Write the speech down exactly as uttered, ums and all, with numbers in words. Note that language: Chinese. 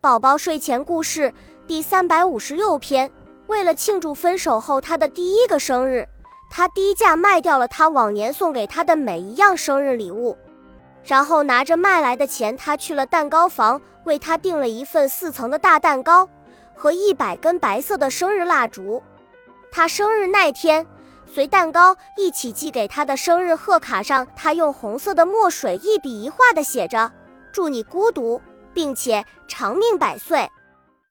宝宝睡前故事第三百五十六篇。为了庆祝分手后他的第一个生日，他低价卖掉了他往年送给他的每一样生日礼物，然后拿着卖来的钱，他去了蛋糕房，为他订了一份四层的大蛋糕和一百根白色的生日蜡烛。他生日那天，随蛋糕一起寄给他的生日贺卡上，他用红色的墨水一笔一画地写着：祝你孤独并且长命百岁。